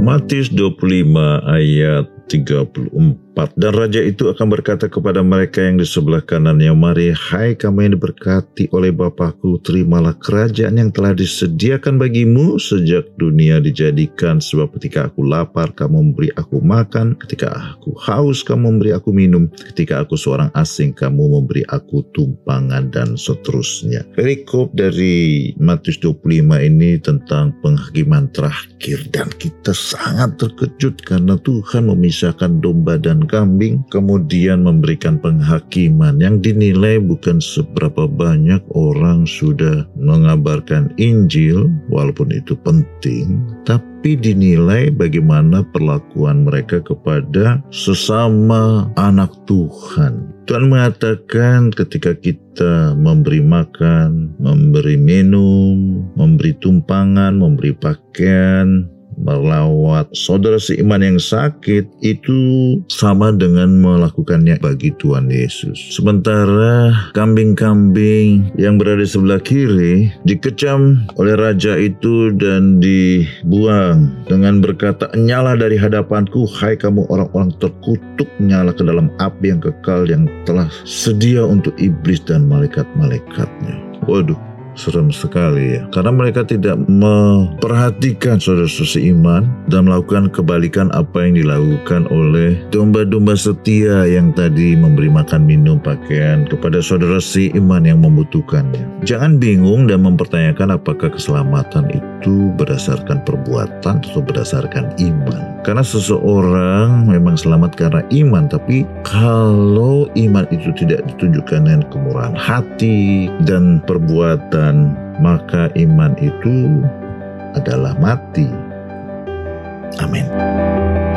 Matius 25 ayat 34. Dan raja itu akan berkata kepada mereka yang di sebelah kanannya, "Mari, hai kamu yang diberkati oleh Bapa-Ku, terimalah kerajaan yang telah disediakan bagimu sejak dunia dijadikan. Sebab ketika aku lapar, kamu memberi aku makan. Ketika aku haus, kamu memberi aku minum. Ketika aku seorang asing, kamu memberi aku tumpangan," dan seterusnya. Perikop dari Matius 25 ini tentang penghakiman terakhir. Dan kita sangat terkejut karena Tuhan memisahkan domba dan kambing, kemudian memberikan penghakiman yang dinilai bukan seberapa banyak orang sudah mengabarkan Injil, walaupun itu penting, tapi dinilai bagaimana perlakuan mereka kepada sesama anak Tuhan. Tuhan mengatakan ketika kita memberi makan, memberi minum, memberi tumpangan, memberi pakaian, melawat saudara seiman yang sakit, itu sama dengan melakukannya bagi Tuhan Yesus. Sementara kambing-kambing yang berada di sebelah kiri dikecam oleh raja itu dan dibuang dengan berkata, "Nyala dari hadapanku, hai kamu orang-orang terkutuk, nyala ke dalam api yang kekal yang telah sedia untuk iblis dan malaikat-malaikatnya." Waduh, serem sekali ya, karena mereka tidak memperhatikan saudara-saudara seiman dan melakukan kebalikan apa yang dilakukan oleh domba-domba setia yang tadi memberi makan, minum, pakaian kepada saudara seiman yang membutuhkannya. Jangan bingung dan mempertanyakan apakah keselamatan itu berdasarkan perbuatan atau berdasarkan iman. Karena seseorang memang selamat karena iman, tapi kalau iman itu tidak ditunjukkan dengan kemurahan hati dan perbuatan, maka iman itu adalah mati. Amin.